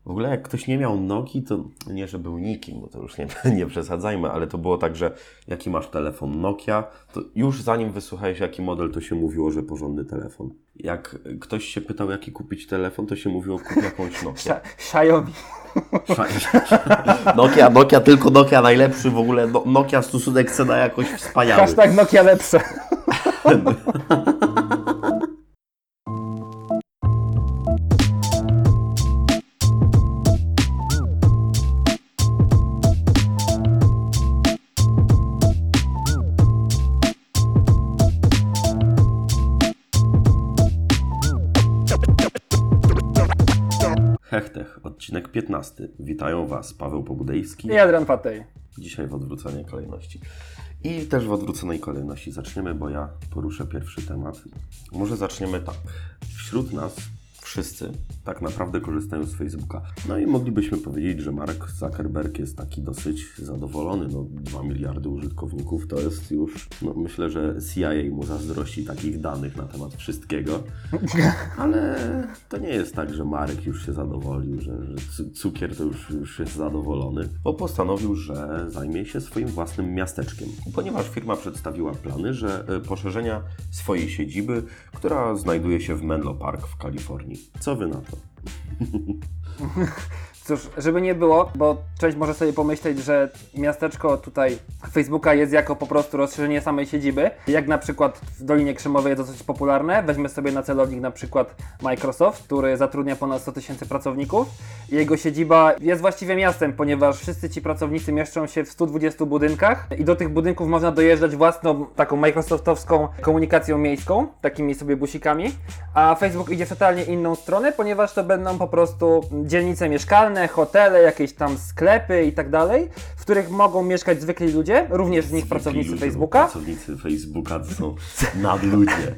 W ogóle jak ktoś nie miał Nokii, to nie, że był nikim, bo to już nie przesadzajmy, ale to było tak, że jaki masz telefon Nokia, to już zanim wysłuchałeś jaki model, to się mówiło, że porządny telefon. Jak ktoś się pytał, jaki kupić telefon, to się mówiło, kup jakąś Nokię. Xiaomi. Nokia, tylko Nokia najlepszy w ogóle. Nokia stosunek cena jakoś wspaniały. Hashtag Nokia lepsze. Hechtech, odcinek 15. Witają Was Paweł Pobudejski I Adrian Patej. Dzisiaj w odwróconej kolejności. I też w odwróconej kolejności zaczniemy, bo ja poruszę pierwszy temat. Może zaczniemy tak. Wśród nas wszyscy tak naprawdę korzystają z Facebooka. No i moglibyśmy powiedzieć, że Mark Zuckerberg jest taki dosyć zadowolony. 2 miliardy użytkowników to jest już, myślę, że CIA mu zazdrości takich danych na temat wszystkiego. Ale to nie jest tak, że Marek już się zadowolił, że cukier to już jest zadowolony, bo postanowił, że zajmie się swoim własnym miasteczkiem. Ponieważ firma przedstawiła plany, że poszerzenia swojej siedziby, która znajduje się w Menlo Park w Kalifornii. Co wy na to? Cóż, żeby nie było, bo część może sobie pomyśleć, że miasteczko tutaj Facebooka jest jako po prostu rozszerzenie samej siedziby. Jak na przykład w Dolinie Krzemowej jest dosyć popularne. Weźmy sobie na celownik na przykład Microsoft, który zatrudnia ponad 100 000 pracowników. Jego siedziba jest właściwie miastem, ponieważ wszyscy ci pracownicy mieszczą się w 120 budynkach i do tych budynków można dojeżdżać własną taką microsoftowską komunikacją miejską, takimi sobie busikami. A Facebook idzie w totalnie inną stronę, ponieważ to będą po prostu dzielnice mieszkalne, hotele, jakieś tam sklepy i tak dalej, w których mogą mieszkać zwykli ludzie, również z nich pracownicy Facebooka. Pracownicy Facebooka to są nadludzie.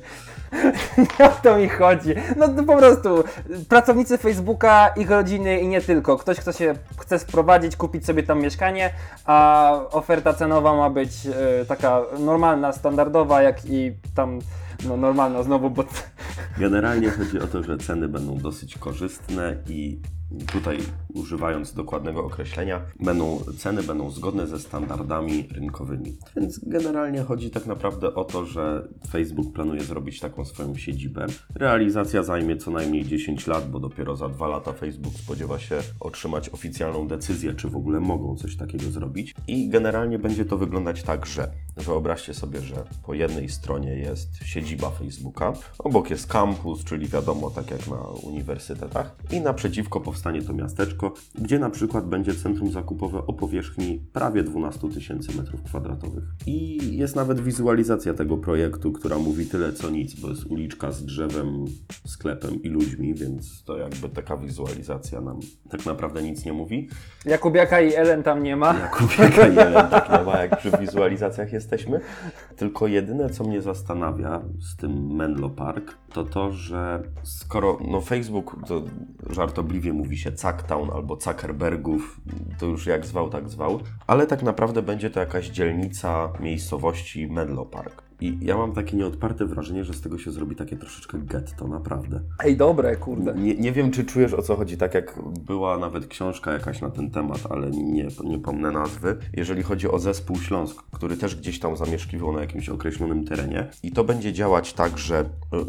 O to mi chodzi. No po prostu pracownicy Facebooka, ich rodziny i nie tylko. Ktoś, kto się chce sprowadzić, kupić sobie tam mieszkanie, a oferta cenowa ma być taka normalna, standardowa, jak i tam normalna znowu, bo... Generalnie chodzi o to, że ceny będą dosyć korzystne i tutaj, używając dokładnego określenia, ceny będą zgodne ze standardami rynkowymi. Więc generalnie chodzi tak naprawdę o to, że Facebook planuje zrobić taką swoją siedzibę. Realizacja zajmie co najmniej 10 lat, bo dopiero za 2 lata Facebook spodziewa się otrzymać oficjalną decyzję, czy w ogóle mogą coś takiego zrobić. I generalnie będzie to wyglądać tak, że wyobraźcie sobie, że po jednej stronie jest siedziba Facebooka, obok jest kampus, czyli wiadomo, tak jak na uniwersytetach, i naprzeciwko powstanie to miasteczko, gdzie na przykład będzie centrum zakupowe o powierzchni prawie 12 000 m2. I jest nawet wizualizacja tego projektu, która mówi tyle co nic, bo jest uliczka z drzewem, sklepem i ludźmi, więc to jakby taka wizualizacja nam tak naprawdę nic nie mówi. Jakubiaka i Ellen tam nie ma. Jakubiaka i Ellen tak nie ma, jak przy wizualizacjach jesteśmy. Tylko jedyne, co mnie zastanawia z tym Menlo Park, to, że skoro Facebook, to żartobliwie mówi się Zucktown albo Zuckerbergów, to już jak zwał, tak zwał, ale tak naprawdę będzie to jakaś dzielnica miejscowości Menlo Park. I ja mam takie nieodparte wrażenie, że z tego się zrobi takie troszeczkę getto, naprawdę. Ej, dobre, kurde. Nie wiem, czy czujesz, o co chodzi, tak jak była nawet książka jakaś na ten temat, ale nie pomnę nazwy. Jeżeli chodzi o zespół Śląsk, który też gdzieś tam zamieszkiwał na jakimś określonym terenie. I to będzie działać tak, że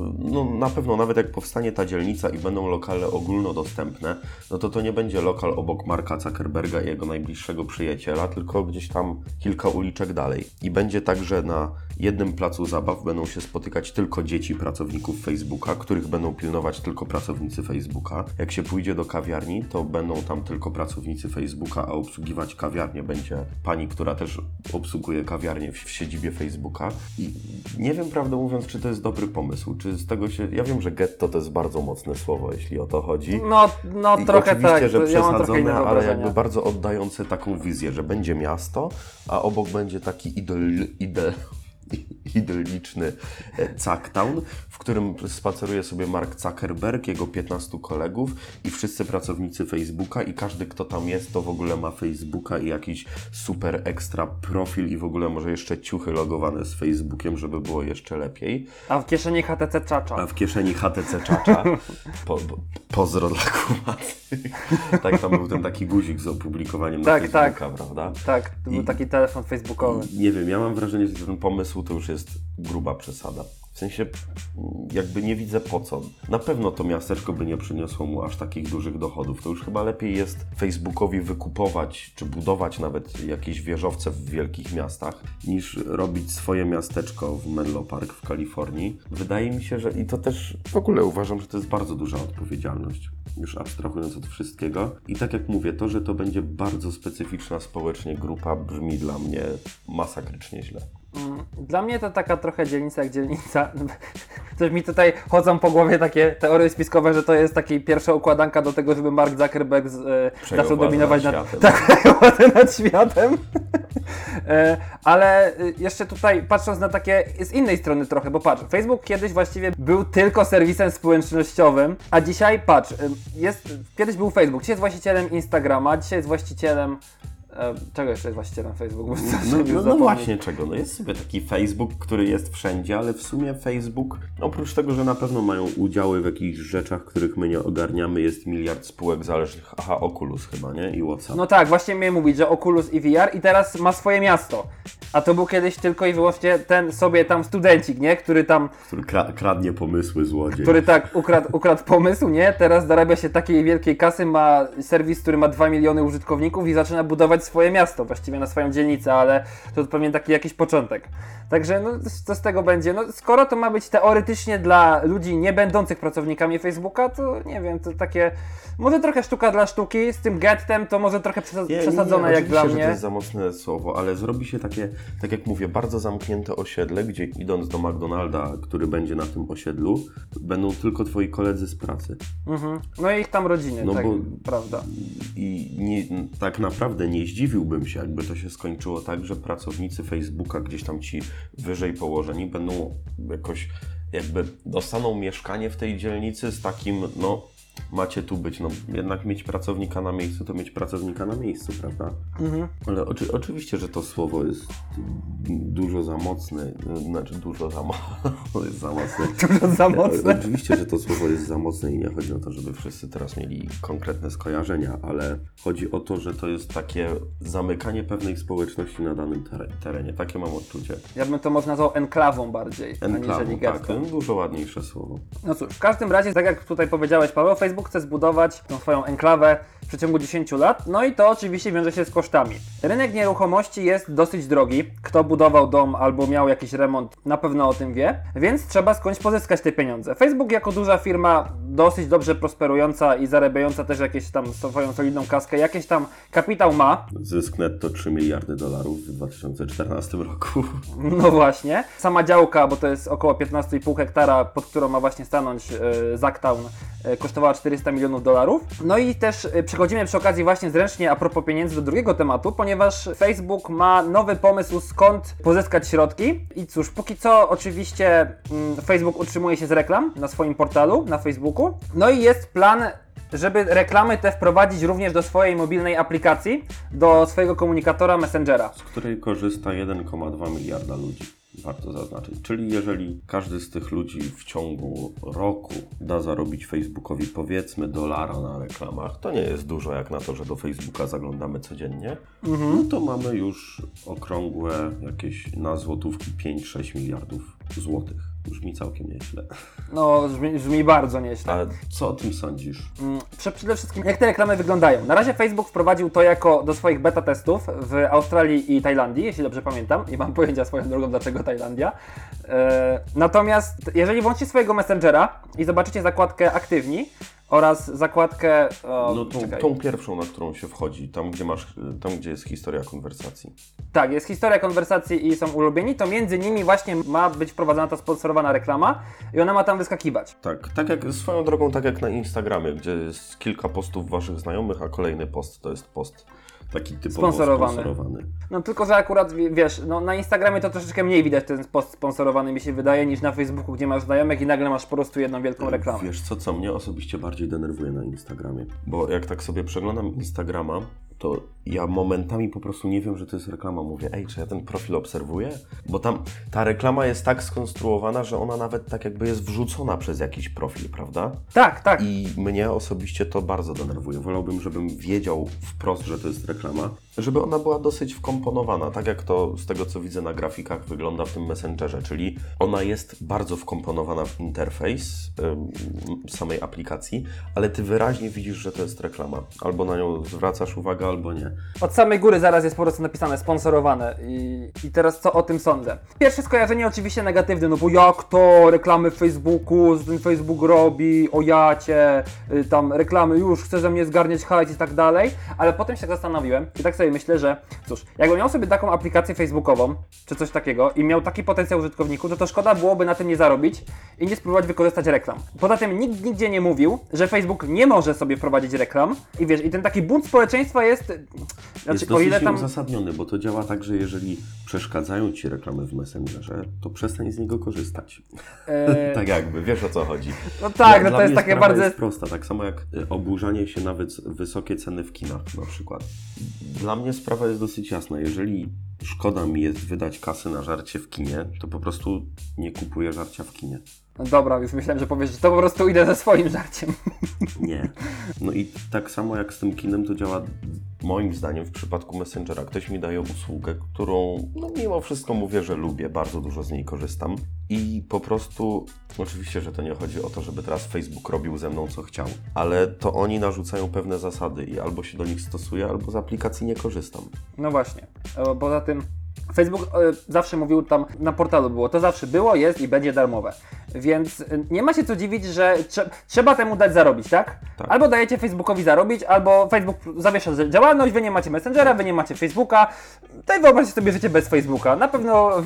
na pewno nawet jak powstanie ta dzielnica i będą lokale ogólnodostępne, to nie będzie lokal obok Marka Zuckerberga i jego najbliższego przyjaciela, tylko gdzieś tam kilka uliczek dalej. I będzie tak, że na jednym placu zabaw będą się spotykać tylko dzieci pracowników Facebooka, których będą pilnować tylko pracownicy Facebooka. Jak się pójdzie do kawiarni, to będą tam tylko pracownicy Facebooka, a obsługiwać kawiarnię będzie pani, która też obsługuje kawiarnię w siedzibie Facebooka. I nie wiem, prawdę mówiąc, czy to jest dobry pomysł, czy z tego się... Ja wiem, że getto to jest bardzo mocne słowo, jeśli o to chodzi. I trochę oczywiście, tak, że ja mam trochę inne przesadzone, ale wyobrażenia. jakby bardzo oddające taką wizję, że będzie miasto, a obok będzie taki idylliczny Zucktown, w którym spaceruje sobie Mark Zuckerberg, jego 15 kolegów i wszyscy pracownicy Facebooka i każdy, kto tam jest, to w ogóle ma Facebooka i jakiś super ekstra profil i w ogóle może jeszcze ciuchy logowane z Facebookiem, żeby było jeszcze lepiej. A w kieszeni HTC Czacza. A w kieszeni HTC Czacza. Pozdro dla kumacy. Tak, tam był ten taki guzik z opublikowaniem na Facebooka, prawda? Tak, to był taki telefon facebookowy. Nie wiem, ja mam wrażenie, że ten pomysł to już jest gruba przesada. W sensie jakby nie widzę po co. Na pewno to miasteczko by nie przyniosło mu aż takich dużych dochodów. To już chyba lepiej jest Facebookowi wykupować, czy budować nawet jakieś wieżowce w wielkich miastach, niż robić swoje miasteczko w Menlo Park w Kalifornii. Wydaje mi się, że i to też w ogóle uważam, że to jest bardzo duża odpowiedzialność. Już abstrahując od wszystkiego. I tak jak mówię, to, że to będzie bardzo specyficzna społecznie grupa, brzmi dla mnie masakrycznie źle. Dla mnie to taka trochę dzielnica jak dzielnica. Coś mi tutaj chodzą po głowie takie teorie spiskowe, że to jest taka pierwsza układanka do tego, żeby Mark Zuckerberg zaczął dominować nad światem. Ale jeszcze tutaj patrząc na takie z innej strony trochę, bo patrz, Facebook kiedyś właściwie był tylko serwisem społecznościowym, a dzisiaj patrz, kiedyś był Facebook, dzisiaj jest właścicielem Instagrama, dzisiaj jest właścicielem czego jeszcze jest właścicielem Facebook? No właśnie czego? No jest sobie taki Facebook, który jest wszędzie, ale w sumie Facebook, oprócz tego, że na pewno mają udziały w jakichś rzeczach, których my nie ogarniamy, jest miliard spółek zależnych. Aha, Oculus chyba, nie? I WhatsApp. No tak, właśnie miałem mówić, że Oculus i VR i teraz ma swoje miasto. A to był kiedyś tylko i wyłącznie ten sobie tam studencik, nie? Który kradnie pomysły złodziej. Który tak ukradł pomysł, nie? Teraz zarabia się takiej wielkiej kasy, ma serwis, który ma 2 miliony użytkowników i zaczyna budować swoje miasto, właściwie na swoją dzielnicę, ale to pewnie taki jakiś początek. Także no, co z tego będzie? No, skoro to ma być teoretycznie dla ludzi nie będących pracownikami Facebooka, to nie wiem, to takie może trochę sztuka dla sztuki, z tym gettem to może trochę przesadzone jak dla mnie. Że to jest za mocne słowo, ale zrobi się takie, tak jak mówię, bardzo zamknięte osiedle, gdzie idąc do McDonalda, który będzie na tym osiedlu, będą tylko twoi koledzy z pracy. No i ich tam rodziny, no tak, bo prawda. I tak naprawdę nie zdziwiłbym się, jakby to się skończyło tak, że pracownicy Facebooka gdzieś tam ci wyżej położeni będą jakoś jakby dostaną mieszkanie w tej dzielnicy z takim, no macie tu być, no jednak mieć pracownika na miejscu, to mieć pracownika na miejscu, prawda? Ale oczywiście, że to słowo jest dużo za mocne, znaczy dużo za jest za mocne. Dużo za mocne. Oczywiście, że to słowo jest za mocne i nie chodzi o to, żeby wszyscy teraz mieli konkretne skojarzenia, ale chodzi o to, że to jest takie zamykanie pewnej społeczności na danym terenie. Takie mam odczucie. Ja bym to może nazwał enklawą bardziej, aniżeli tak, gettem. dużo ładniejsze słowo. No cóż, w każdym razie, tak jak tutaj powiedziałeś, Paweł, Facebook chce zbudować tą swoją enklawę w przeciągu 10 lat, no i to oczywiście wiąże się z kosztami. Rynek nieruchomości jest dosyć drogi. Kto budował dom albo miał jakiś remont, na pewno o tym wie, więc trzeba skądś pozyskać te pieniądze. Facebook jako duża firma, dosyć dobrze prosperująca i zarabiająca też jakieś tam swoją solidną kaskę, jakiś tam kapitał ma. Zysk netto $3 miliardy w 2014 roku. No właśnie. Sama działka, bo to jest około 15,5 hektara, pod którą ma właśnie stanąć Zucktown, kosztowała $400 milionów. No i też przechodzimy przy okazji właśnie zręcznie a propos pieniędzy do drugiego tematu, ponieważ Facebook ma nowy pomysł, skąd pozyskać środki. I cóż, póki co oczywiście Facebook utrzymuje się z reklam na swoim portalu, na Facebooku. No i jest plan, żeby reklamy te wprowadzić również do swojej mobilnej aplikacji, do swojego komunikatora Messengera. Z której korzysta 1,2 miliarda ludzi. Warto zaznaczyć. Czyli jeżeli każdy z tych ludzi w ciągu roku da zarobić Facebookowi powiedzmy $1 na reklamach, to nie jest dużo jak na to, że do Facebooka zaglądamy codziennie, no to mamy już okrągłe jakieś na złotówki 5-6 miliardów złotych. Brzmi całkiem nieźle. No, brzmi bardzo nieźle. A co o tym sądzisz? Przede wszystkim, jak te reklamy wyglądają? Na razie Facebook wprowadził to jako do swoich beta testów w Australii i Tajlandii, jeśli dobrze pamiętam. I mam pojęcia swoją drogą, dlaczego Tajlandia. Natomiast jeżeli włączycie swojego Messengera i zobaczycie zakładkę Aktywni oraz zakładkę... tą pierwszą, na którą się wchodzi, tam gdzie jest historia konwersacji. Tak, jest historia konwersacji i są ulubieni, to między nimi właśnie ma być wprowadzona ta sponsorowana reklama i ona ma tam wyskakiwać. Tak jak swoją drogą, tak jak na Instagramie, gdzie jest kilka postów waszych znajomych, a kolejny post to jest post taki typowo sponsorowany. No tylko, że akurat, wiesz, no na Instagramie to troszeczkę mniej widać ten post sponsorowany, mi się wydaje, niż na Facebooku, gdzie masz znajomych i nagle masz po prostu jedną wielką reklamę. Wiesz co mnie osobiście bardziej denerwuje na Instagramie? Bo jak tak sobie przeglądam Instagrama, to ja momentami po prostu nie wiem, że to jest reklama. Mówię, ej, czy ja ten profil obserwuję? Bo tam ta reklama jest tak skonstruowana, że ona nawet tak jakby jest wrzucona przez jakiś profil, prawda? Tak. I mnie osobiście to bardzo denerwuje. Wolałbym, żebym wiedział wprost, że to jest reklama, żeby ona była dosyć wkomponowana, tak jak to z tego, co widzę na grafikach, wygląda w tym Messengerze, czyli ona jest bardzo wkomponowana w interfejs samej aplikacji, ale ty wyraźnie widzisz, że to jest reklama. Albo na nią zwracasz uwagę, albo nie. Od samej góry zaraz jest po prostu napisane sponsorowane i teraz co o tym sądzę? Pierwsze skojarzenie oczywiście negatywne, no bo jak to reklamy w Facebooku, co ten Facebook robi, o jacie, tam reklamy, już chce ze mnie zgarniać hajs i tak dalej, ale potem się zastanowiłem i tak sobie myślę, że cóż, jakbym miał sobie taką aplikację facebookową, czy coś takiego i miał taki potencjał użytkowników, to szkoda byłoby na tym nie zarobić i nie spróbować wykorzystać reklam. Poza tym nikt nigdzie nie mówił, że Facebook nie może sobie wprowadzić reklam i wiesz, i ten taki bunt społeczeństwa jest... Jest dosyć uzasadniony, bo to działa tak, że jeżeli przeszkadzają Ci reklamy w Messengerze, to przestań z niego korzystać. Tak jakby, wiesz o co chodzi. No tak, no to jest takie bardzo... jest prosta, tak samo jak oburzanie się na wysokie ceny w kinach na przykład. Dla mnie sprawa jest dosyć jasna. Jeżeli szkoda mi jest wydać kasy na żarcie w kinie, to po prostu nie kupuję żarcia w kinie. No dobra, już myślałem, że powiesz, że to po prostu idę ze swoim żarciem. Nie. No i tak samo jak z tym kinem to działa moim zdaniem w przypadku Messengera. Ktoś mi daje usługę, którą no mimo wszystko mówię, że lubię, bardzo dużo z niej korzystam i po prostu, oczywiście, że to nie chodzi o to, żeby teraz Facebook robił ze mną co chciał, ale to oni narzucają pewne zasady i albo się do nich stosuję, albo z aplikacji nie korzystam. No właśnie, poza tym Facebook zawsze mówił tam, na portalu było, to zawsze było, jest i będzie darmowe. Więc nie ma się co dziwić, że trzeba temu dać zarobić, tak? Albo dajecie Facebookowi zarobić, albo Facebook zawiesza działalność, wy nie macie Messengera, wy nie macie Facebooka. To i wyobraźcie sobie życie bez Facebooka. Na pewno w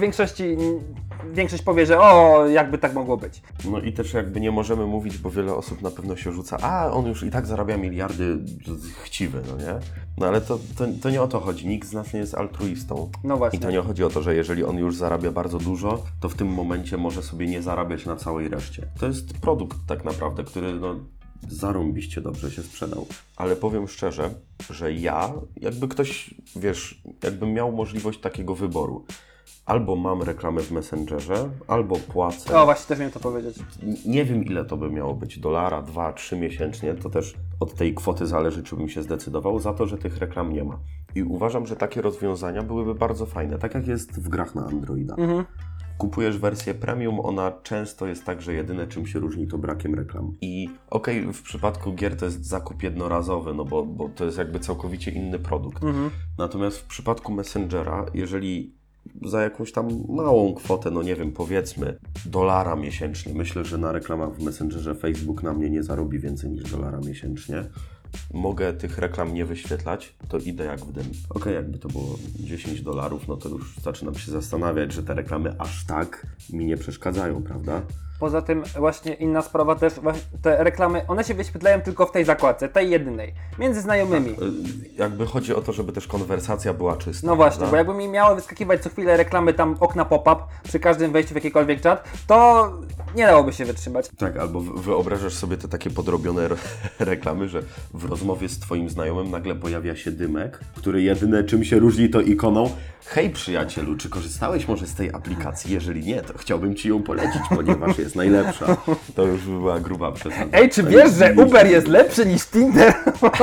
większość powie, że o, jakby tak mogło być. No i też jakby nie możemy mówić, bo wiele osób na pewno się rzuca, a on już i tak zarabia miliardy, chciwy, no nie? No ale to nie o to chodzi, nikt z nas nie jest altruistą. No właśnie. I to nie chodzi o to, że jeżeli on już zarabia bardzo dużo, to w tym momencie może sobie nie zarabiać na całej reszcie. To jest produkt tak naprawdę, który no zarąbiście dobrze się sprzedał. Ale powiem szczerze, że ja, jakby ktoś, wiesz, jakbym miał możliwość takiego wyboru, albo mam reklamę w Messengerze, albo płacę. O, właśnie też miałem to powiedzieć. Nie wiem, ile to by miało być, $1, 2, 3 miesięcznie, to też od tej kwoty zależy, czy bym się zdecydował, za to, że tych reklam nie ma. I uważam, że takie rozwiązania byłyby bardzo fajne, tak jak jest w grach na Androida. Kupujesz wersję premium, ona często jest tak, że jedyne czym się różni to brakiem reklam. I okej, w przypadku gier to jest zakup jednorazowy, no bo to jest jakby całkowicie inny produkt. Natomiast w przypadku Messengera, jeżeli za jakąś tam małą kwotę, no nie wiem, powiedzmy $1 miesięcznie, myślę, że na reklamach w Messengerze Facebook na mnie nie zarobi więcej niż $1 miesięcznie. Mogę tych reklam nie wyświetlać, to idę jak w dym. Okej, jakby to było $10, no to już zaczynam się zastanawiać, że te reklamy aż tak mi nie przeszkadzają, prawda? Poza tym właśnie inna sprawa też, te reklamy, one się wyświetlają tylko w tej zakładce, tej jedynej, między znajomymi. Tak, jakby chodzi o to, żeby też konwersacja była czysta. No właśnie, prawda? bo jakby mi miały wyskakiwać co chwilę reklamy, tam okna pop-up przy każdym wejściu w jakikolwiek czat, to nie dałoby się wytrzymać. Tak, albo wyobrażasz sobie te takie podrobione reklamy, że w rozmowie z twoim znajomym nagle pojawia się dymek, który jedyne czym się różni to ikoną: hej przyjacielu, czy korzystałeś może z tej aplikacji? Jeżeli nie, to chciałbym ci ją polecić, ponieważ jest najlepsza. To już by była gruba przesada. Ej, czy wiesz, że Uber jest lepszy niż Tinder?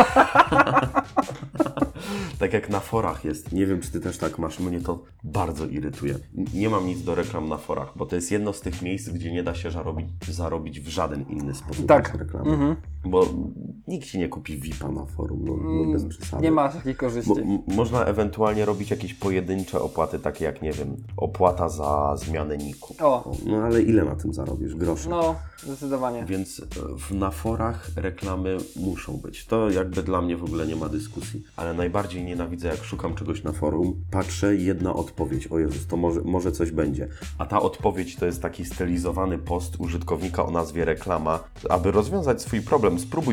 Tak jak na forach jest. Nie wiem, czy ty też tak masz. Mnie to bardzo irytuje. Nie mam nic do reklam na forach, bo to jest jedno z tych miejsc, gdzie nie da się zarobić w żaden inny sposób tak. niż reklamy. Bo nikt ci nie kupi VIP-a na forum, no bez przesady. Nie ma takiej korzyści. Można ewentualnie robić jakieś pojedyncze opłaty, takie jak, nie wiem, opłata za zmianę niku. No ale ile na tym zarobisz? Grosze. No, zdecydowanie. Więc na forach reklamy muszą być. To jakby dla mnie w ogóle nie ma dyskusji. Ale najbardziej nienawidzę, jak szukam czegoś na forum, patrzę, jedna odpowiedź, o Jezus, to może coś będzie. A ta odpowiedź to jest taki stylizowany post użytkownika o nazwie reklama. Aby rozwiązać swój problem, spróbuj kupić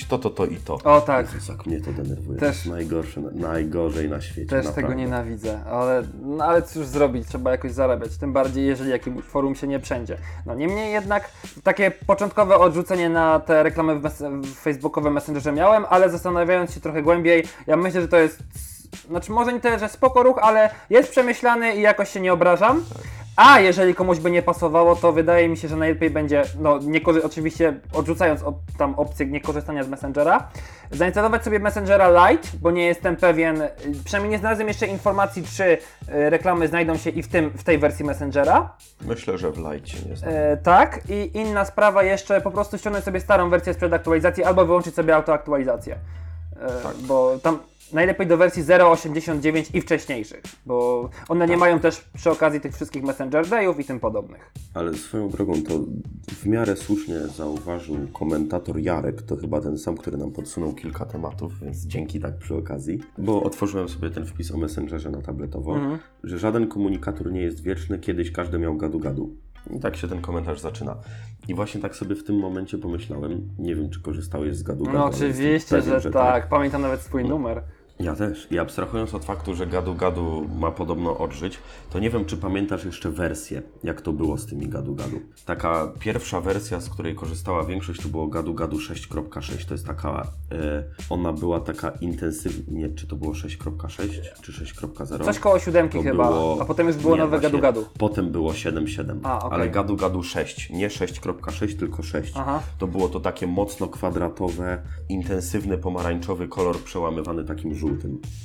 wrzucić to i to. O tak. Jezus, jak mnie to denerwuje. Też- To jest najgorsze, najgorzej na świecie. Też naprawdę. tego nienawidzę, ale cóż zrobić, trzeba jakoś zarabiać, tym bardziej jeżeli jakimś forum się nie przędzie. No niemniej jednak takie początkowe odrzucenie na te reklamy w facebookowym Messengerze miałem, ale zastanawiając się trochę głębiej, ja myślę, że to jest, znaczy może nie tyle, że spoko ruch, ale jest przemyślany i jakoś się nie obrażam. A jeżeli komuś by nie pasowało, to wydaje mi się, że najlepiej będzie, no oczywiście odrzucając tam opcję niekorzystania z Messengera, zainstalować sobie Messengera Lite, bo nie jestem pewien, przynajmniej nie znalazłem jeszcze informacji, czy reklamy znajdą się i w tej wersji Messengera. Myślę, że w lajcie nie znam. Tak, i inna sprawa jeszcze, po prostu ściągnąć sobie starą wersję sprzed aktualizacji albo wyłączyć sobie autoaktualizację. Tak. Bo tam najlepiej do wersji 0.89 i wcześniejszych, bo one nie mają też przy okazji tych wszystkich Messenger Dayów i tym podobnych. Ale swoją drogą to w miarę słusznie zauważył komentator Jarek, to chyba ten sam, który nam podsunął kilka tematów, więc dzięki tak przy okazji. Bo otworzyłem sobie ten wpis o Messengerze na tabletowo, że żaden komunikator nie jest wieczny, kiedyś każdy miał gadu-gadu. I tak się ten komentarz zaczyna. I właśnie tak sobie w tym momencie pomyślałem, nie wiem czy korzystałeś z gadu-gadu. No ale oczywiście, jestem pewien, że tak. Pamiętam nawet swój numer. Ja też. I abstrahując od faktu, że gadu-gadu ma podobno odżyć, to nie wiem, czy pamiętasz jeszcze wersję, jak to było z tymi gadu-gadu. Taka pierwsza wersja, z której korzystała większość, to było gadu-gadu 6.6. To jest taka, ona była taka intensywnie, czy to było 6.6, czy 6.0? Coś koło 7 To chyba, było- a potem już było Nie, nowe właśnie gadu-gadu. Potem było 7.7, A, okej. ale gadu-gadu 6, nie 6.6, tylko 6. Aha. To było to takie mocno kwadratowe, intensywny pomarańczowy kolor przełamywany takim żółtym.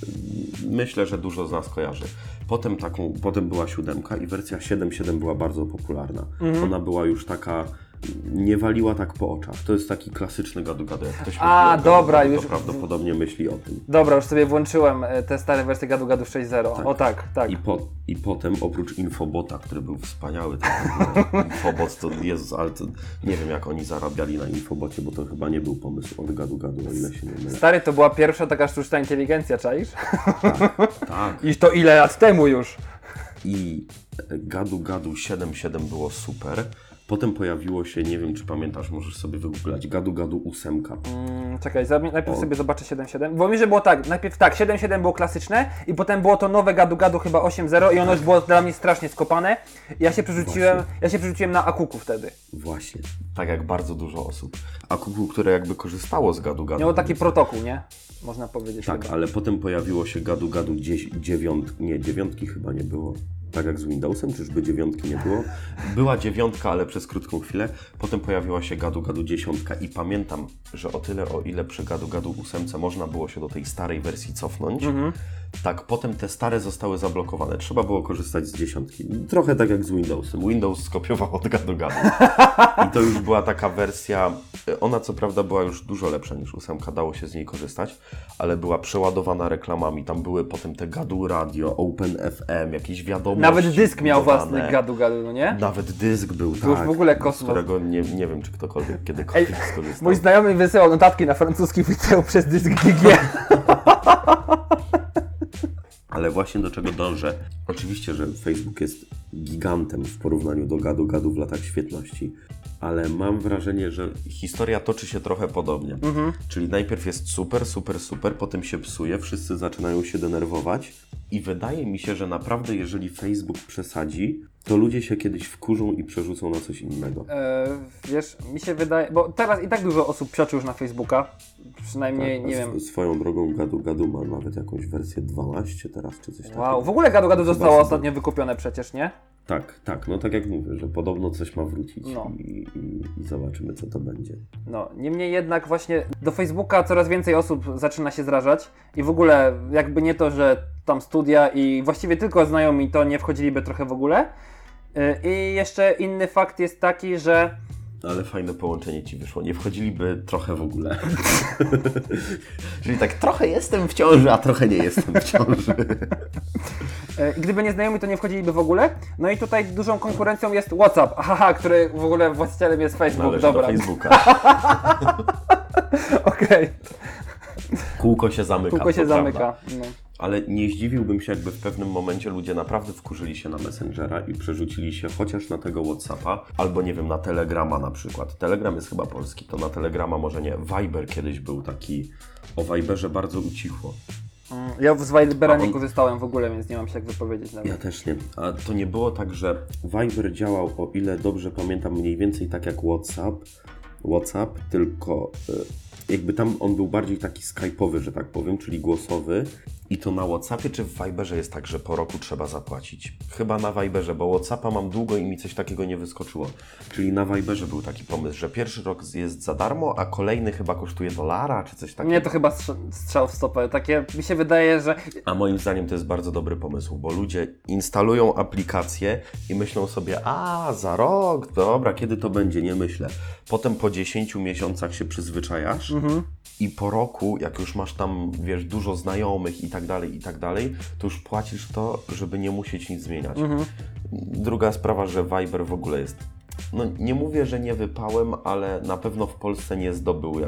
Myślę, że dużo z nas kojarzy. Potem była 7 i wersja 7.7 była bardzo popularna. Ona była już taka, nie waliła tak po oczach. To jest taki klasyczny gadu-gadu. Jak ktoś myśli o dobra, gadu-gadu, już- to prawdopodobnie myśli o tym. Dobra, już sobie włączyłem te stare wersje gadu-gadu 6.0. O tak, tak. I potem oprócz Infobota, który był wspaniały, Infobot to Jezus, ale to nie wiem jak oni zarabiali na Infobocie, bo to chyba nie był pomysł od gadu-gadu, o ile się nie mylę. Stary, to była pierwsza taka sztuczna inteligencja, czaisz? Tak. I to ile lat temu już? I gadu-gadu 7.7 było super. Potem pojawiło się, nie wiem czy pamiętasz, możesz sobie wygooglać, gadu-gadu 8. Czekaj, najpierw sobie zobaczę 7.7, bo mi, że było tak, najpierw tak, 7.7 było klasyczne i potem było to nowe gadu-gadu chyba 8.0 i ono już było dla mnie strasznie skopane. Ja się przerzuciłem na Akuku wtedy. Właśnie. Tak jak bardzo dużo osób. A Kuku, które jakby korzystało z gadu-gadu. Miało taki protokół, nie? Można powiedzieć. Tak, chyba. ale potem pojawiło się gadu-gadu 9, nie, 9 chyba nie było. Tak jak z Windowsem, czyżby 9 nie było? Była 9, ale przez krótką chwilę. Potem pojawiła się gadu-gadu 10 i pamiętam, że o tyle, o ile przy gadu-gadu 8 można było się do tej starej wersji cofnąć, tak potem te stare zostały zablokowane. Trzeba było korzystać z 10. Trochę tak jak z Windowsem. Windows skopiował od gadu-gadu. I to już była taka wersja, ona co prawda była już dużo lepsza niż 8, dało się z niej korzystać, ale była przeładowana reklamami. Tam były potem te Gadu Radio, Open FM, jakieś wiadomości. Nawet dysk miał budowane. własny gadu-gadu, no nie? Nawet dysk był, To już tak. w ogóle Z kosmos. którego nie wiem, czy ktokolwiek kiedykolwiek skorzystał. Mój znajomy wysyłał notatki na francuskim liceum przez dysk GG. Ale właśnie do czego dążę? Oczywiście, że Facebook jest gigantem w porównaniu do gadu-gadu w latach świetności, ale mam wrażenie, że historia toczy się trochę podobnie. Czyli najpierw jest super, super, super, potem się psuje, wszyscy zaczynają się denerwować i wydaje mi się, że naprawdę jeżeli Facebook przesadzi, to ludzie się kiedyś wkurzą i przerzucą na coś innego. Wiesz, mi się wydaje, bo teraz i tak dużo osób psioczy już na Facebooka, przynajmniej, nie wiem. Swoją drogą gadu-gadu ma nawet jakąś wersję 12 teraz, czy coś takiego. Wow, w ogóle gadu-gadu zostało sobie- ostatnio wykupione przecież, nie? Tak, no tak jak mówię, że podobno coś ma wrócić No. i zobaczymy co to będzie. No, niemniej jednak właśnie do Facebooka coraz więcej osób zaczyna się zrażać i w ogóle jakby nie to, że tam studia i właściwie tylko znajomi to nie wchodziliby trochę w ogóle. I jeszcze inny fakt jest taki, że Ale fajne połączenie Ci wyszło, nie wchodziliby trochę w ogóle. Czyli tak trochę jestem w ciąży, a trochę nie jestem w ciąży. gdyby nie znajomi, to nie wchodziliby w ogóle. No i tutaj dużą konkurencją jest WhatsApp, który w ogóle właścicielem jest Facebook, Należy dobra. do Facebooka. Okej, Kółko się zamyka. kółko się to zamyka. prawda. No. Ale nie zdziwiłbym się, jakby w pewnym momencie ludzie naprawdę wkurzyli się na Messengera i przerzucili się chociaż na tego WhatsAppa, albo nie wiem, na Telegrama na przykład. Telegram jest chyba polski, to na Telegrama może nie. Viber kiedyś był taki, o Viberze bardzo ucichło. Ja z Vibera nie korzystałem w ogóle, więc nie mam się jak wypowiedzieć nawet. Ja też nie. A to nie było tak, że Viber działał, o ile dobrze pamiętam, mniej więcej tak jak WhatsApp, tylko jakby tam on był bardziej taki skype'owy, że tak powiem, czyli głosowy. I to na WhatsAppie czy w Viberze jest tak, że po roku trzeba zapłacić? Chyba na Viberze, bo WhatsAppa mam długo i mi coś takiego nie wyskoczyło. Czyli na Viberze był taki pomysł, że pierwszy rok jest za darmo, a kolejny chyba kosztuje $1 czy coś takiego. Nie, to chyba strzał w stopę. Takie mi się wydaje, że... A moim zdaniem to jest bardzo dobry pomysł, bo ludzie instalują aplikację i myślą sobie, a za rok, dobra, kiedy to będzie, nie myślę. Potem po 10 miesiącach się przyzwyczajasz i po roku, jak już masz tam, wiesz, dużo znajomych i tak dalej, to już płacisz to, żeby nie musieć nic zmieniać. Druga sprawa, że Viber w ogóle jest, no nie mówię, że nie wypałem, ale na pewno w Polsce nie zdobył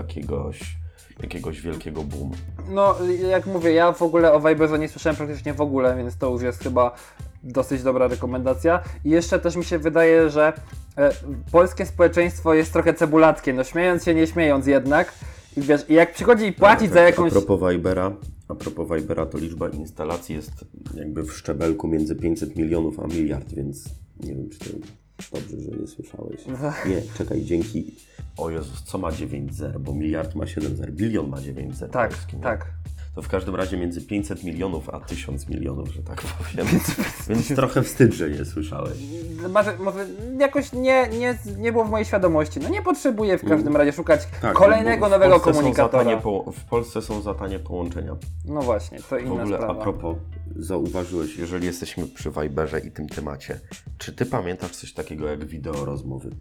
jakiegoś wielkiego boomu. No, jak mówię, ja w ogóle o Viberze nie słyszałem praktycznie w ogóle, więc to już jest chyba dosyć dobra rekomendacja. I jeszcze też mi się wydaje, że polskie społeczeństwo jest trochę cebulatkie, no śmiejąc się, nie śmiejąc jednak. I wiesz, i jak przychodzi i płacić za jakąś... A propos Vibera, to liczba instalacji jest jakby w szczebelku między 500 milionów a miliard, więc nie wiem, czy to dobrze, że nie słyszałeś. Nie, czekaj, dzięki... O Jezus, co ma 9 zer? Bo miliard ma 7 zer, bilion ma 9 zer. Tak, polskim, tak. To w każdym razie między 500 milionów a 1000 milionów, że tak powiem. Więc trochę wstyd, że nie słyszałeś. Może jakoś nie było w mojej świadomości. No nie potrzebuję w każdym razie szukać kolejnego w nowego Polsce komunikatora. W Polsce są za tanie połączenia. No właśnie, to inna W ogóle sprawa. a propos, zauważyłeś, jeżeli jesteśmy przy Viberze i tym temacie, czy ty pamiętasz coś takiego jak wideo rozmowy?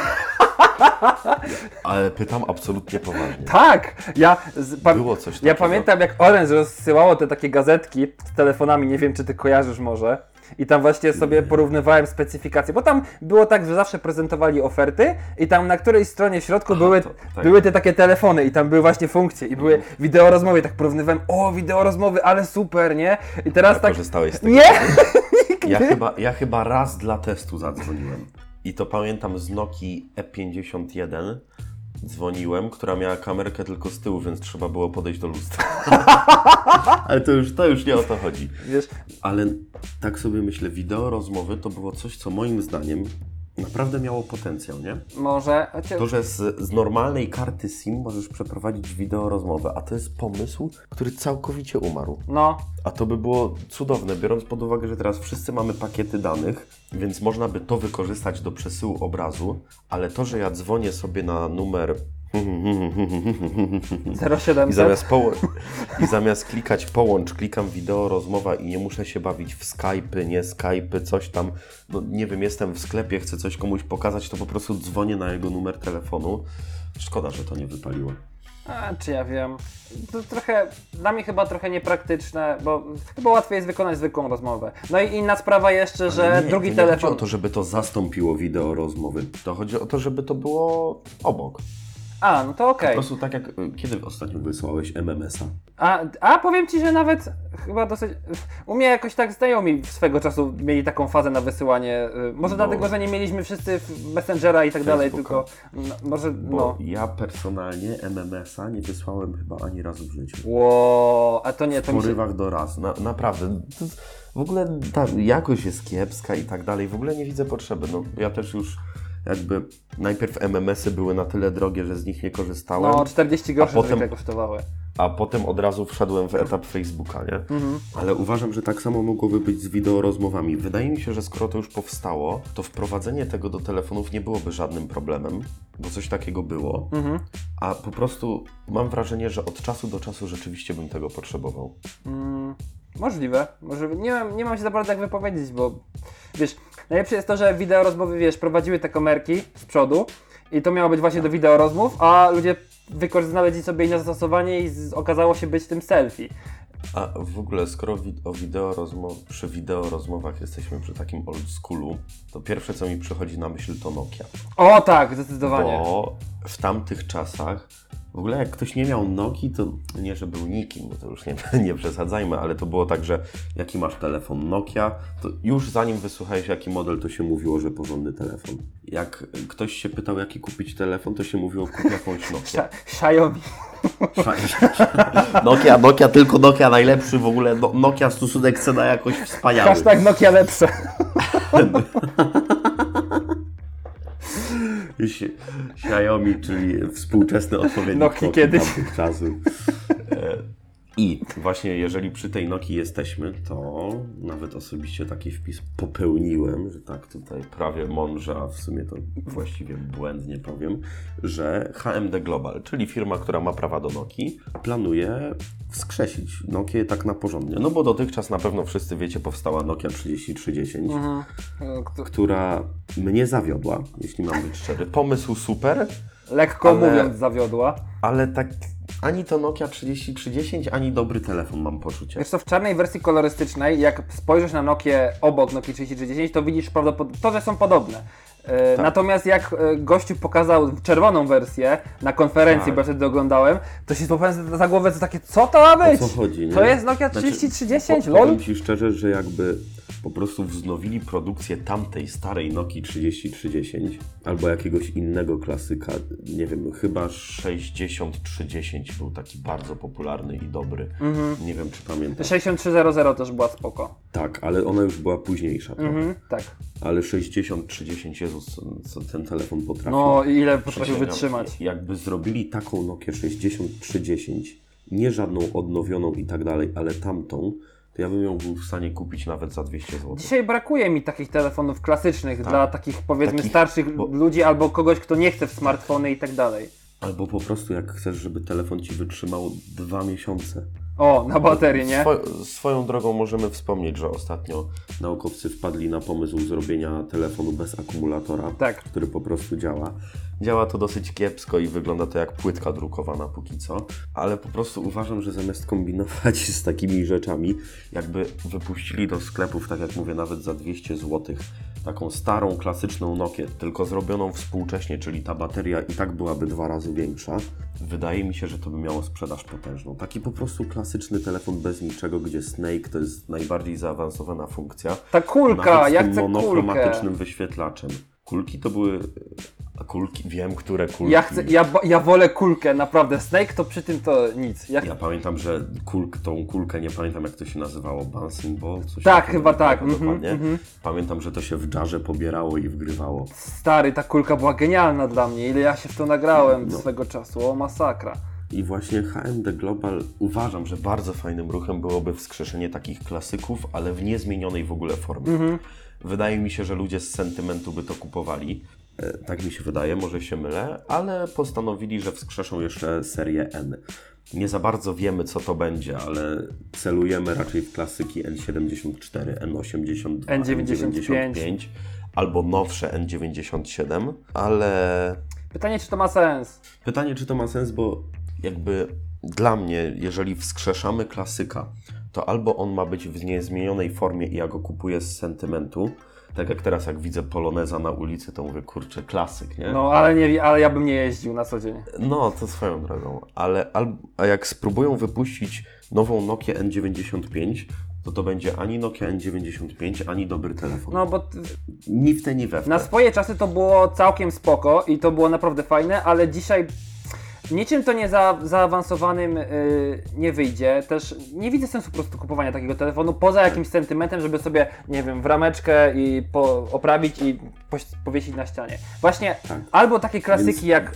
Ale pytam absolutnie poważnie. Tak! Było coś takiego. Ja pamiętam, jak Orange rozsyłało te takie gazetki z telefonami, nie wiem, czy ty kojarzysz może. I tam właśnie sobie porównywałem specyfikacje, bo tam było tak, że zawsze prezentowali oferty i tam na którejś stronie w środku były te takie telefony i tam były właśnie funkcje i były wideo rozmowy i tak porównywałem, o wideo rozmowy, ale super, nie? I teraz tak... Korzystałeś z tego? Nie! Ja chyba raz dla testu zadzwoniłem. I to pamiętam z Nokii E51 dzwoniłem, która miała kamerkę tylko z tyłu, więc trzeba było podejść do lustra. Ale to już nie o to chodzi. Wiesz, ale tak sobie myślę, wideo rozmowy to było coś, co moim zdaniem naprawdę miało potencjał, nie? może... To, że z normalnej karty SIM możesz przeprowadzić wideo rozmowę, a to jest pomysł, który całkowicie umarł. No, A to by było cudowne, biorąc pod uwagę, że teraz wszyscy mamy pakiety danych, więc można by to wykorzystać do przesyłu obrazu, ale to, że ja dzwonię sobie na numer 0700. i zamiast klikać połącz, klikam wideo rozmowa i nie muszę się bawić w Skype'y, nie Skype'y, coś tam, no nie wiem, jestem w sklepie, chcę coś komuś pokazać, to po prostu dzwonię na jego numer telefonu. Szkoda, że to nie wypaliło. Czy ja wiem. To trochę, dla mnie chyba trochę niepraktyczne, bo chyba łatwiej jest wykonać zwykłą rozmowę. No i inna sprawa jeszcze, że Nie, drugi to telefon... Nie chodzi o to, żeby to zastąpiło wideo rozmowy. To chodzi o to, żeby to było obok. A, no to okej. Po prostu tak jak... Kiedy ostatnio wysłałeś MMS-a? A powiem Ci, że nawet chyba dosyć... U mnie jakoś tak znajomi swego czasu mieli taką fazę na wysyłanie. Może dlatego, że nie mieliśmy wszyscy Messengera i tak dalej, tylko... może, Bo ja personalnie MMS-a nie wysłałem chyba ani razu w życiu. Ło, a to nie, to W mi się... porywach do raz. Naprawdę. W ogóle ta jakość jest kiepska i tak dalej. W ogóle nie widzę potrzeby. No, ja też już jakby najpierw MMS-y były na tyle drogie, że z nich nie korzystałem. No, 40 groszy potem- zwykle kosztowały. A potem od razu wszedłem w etap Facebooka, nie? Ale uważam, że tak samo mogłoby być z wideorozmowami. Wydaje mi się, że skoro to już powstało, to wprowadzenie tego do telefonów nie byłoby żadnym problemem, bo coś takiego było. A po prostu mam wrażenie, że od czasu do czasu rzeczywiście bym tego potrzebował. Możliwe. Może, nie mam się za bardzo jak wypowiedzieć, bo wiesz, najlepsze jest to, że wideo rozmowy, wiesz, prowadziły te kamerki z przodu i to miało być właśnie do wideo rozmów, a ludzie znaleźli sobie inne zastosowanie i okazało się być tym selfie. A w ogóle, skoro przy wideo rozmowach jesteśmy przy takim old schoolu, to pierwsze, co mi przychodzi na myśl, to Nokia. O tak, zdecydowanie. Bo w tamtych czasach W ogóle jak ktoś nie miał Nokii, to nie, że był nikim, bo to już nie przesadzajmy, ale to było tak, że jaki masz telefon Nokia, to już zanim wysłuchałeś jaki model, to się mówiło, że porządny telefon. Jak ktoś się pytał, jaki kupić telefon, to się mówiło, kup jakąś Nokię. Xiaomi. Nokia, tylko Nokia najlepszy w ogóle. Nokia stosunek cena jakoś wspaniały. Hashtag Nokia lepsze. Xiaomi, czyli współczesny odpowiednik Nokii kiedyś. tamtych czasów. I właśnie jeżeli przy tej Nokii jesteśmy, to nawet osobiście taki wpis popełniłem, że tak tutaj prawie mądrze, a w sumie to właściwie błędnie powiem, że HMD Global, czyli firma, która ma prawa do Nokii, planuje wskrzesić Nokię tak na porządnie. No bo dotychczas na pewno wszyscy wiecie, powstała Nokia 3310, która mnie zawiodła, jeśli mam być szczery. Pomysł super, Lekko mówiąc zawiodła. ale tak ani to Nokia 3310, ani dobry telefon mam poczucie. Wiesz co, w czarnej wersji kolorystycznej, jak spojrzysz na Nokię obok Nokii 3310, to widzisz prawdopodobnie to, że są podobne. Tak. Natomiast jak gościu pokazał czerwoną wersję na konferencji, Tak. bo ja wtedy oglądałem, to się złapałem za głowę, co takie, co to ma być? O co chodzi, nie? To jest Nokia 3310, lol? Powiem Ci szczerze, że jakby po prostu wznowili produkcję tamtej starej Nokii 3310 albo jakiegoś innego klasyka, nie wiem, chyba 6310 był taki bardzo popularny i dobry. Nie wiem, czy pamiętasz. 6300 też była spoko. Tak, ale ona już była późniejsza trochę. Tak. Ale 6310, Jezus, co ten telefon potrafi. No i ile potrafił Przysięgam, wytrzymać. Jakby zrobili taką Nokię 6310, nie żadną odnowioną i tak dalej, ale tamtą, to ja bym ją był w stanie kupić nawet za 200 zł. Dzisiaj brakuje mi takich telefonów klasycznych dla takich powiedzmy Takich, starszych bo- ludzi albo kogoś, kto nie chce w smartfony i tak dalej. Albo po prostu jak chcesz, żeby telefon Ci wytrzymał 2 miesiące. O, na baterię, nie? Swoją drogą możemy wspomnieć, że ostatnio naukowcy wpadli na pomysł zrobienia telefonu bez akumulatora, Tak. który po prostu działa. Działa to dosyć kiepsko i wygląda to jak płytka drukowana póki co, ale po prostu uważam, że zamiast kombinować z takimi rzeczami, jakby wypuścili do sklepów, tak jak mówię, nawet za 200 zł, taką starą, klasyczną Nokię, tylko zrobioną współcześnie, czyli ta bateria i tak byłaby 2 razy większa, wydaje mi się, że to by miało sprzedaż potężną. Taki po prostu klasyczny telefon bez niczego, gdzie Snake to jest najbardziej zaawansowana funkcja. Ta kulka, Nawet z ja tym chcę kulkę. monochromatycznym wyświetlaczem. Kulki to były... A kulki? Wiem, które kulki. Ja wolę kulkę, naprawdę. Snake to przy tym to nic. Ja pamiętam, że tą kulkę, nie pamiętam jak to się nazywało, Bouncing Ball? Coś Tak, takiego, chyba tak. Dokładnie. Pamiętam, że to się w jarze pobierało i wgrywało. Stary, ta kulka była genialna dla mnie. Ile ja się w to nagrałem No. swego czasu. O, masakra. I właśnie HMD Global uważam, że bardzo fajnym ruchem byłoby wskrzeszenie takich klasyków, ale w niezmienionej w ogóle formie. Wydaje mi się, że ludzie z sentymentu by to kupowali. Tak mi się wydaje, może się mylę, ale postanowili, że wskrzeszą jeszcze serię N. Nie za bardzo wiemy, co to będzie, ale celujemy raczej w klasyki N74, N82, N95. albo nowsze N97, ale Pytanie, czy to ma sens? pytanie, czy to ma sens, bo jakby dla mnie, jeżeli wskrzeszamy klasyka, to albo on ma być w niezmienionej formie i ja go kupuję z sentymentu, tak jak teraz, jak widzę Poloneza na ulicy, to mówię, kurczę, klasyk, nie? No, ale ja bym nie jeździł na co dzień. No, to swoją drogą, a jak spróbują wypuścić nową Nokię N95, to będzie ani Nokia N95, ani dobry telefon. No, bo Ni w te, ni we w te. na swoje czasy to było całkiem spoko i to było naprawdę fajne, ale dzisiaj niczym to nie zaawansowanym nie wyjdzie. Też nie widzę sensu po prostu kupowania takiego telefonu poza jakimś sentymentem, żeby sobie, nie wiem, w rameczkę i oprawić i powiesić na ścianie. Właśnie Tak. albo takie klasyki Więc- jak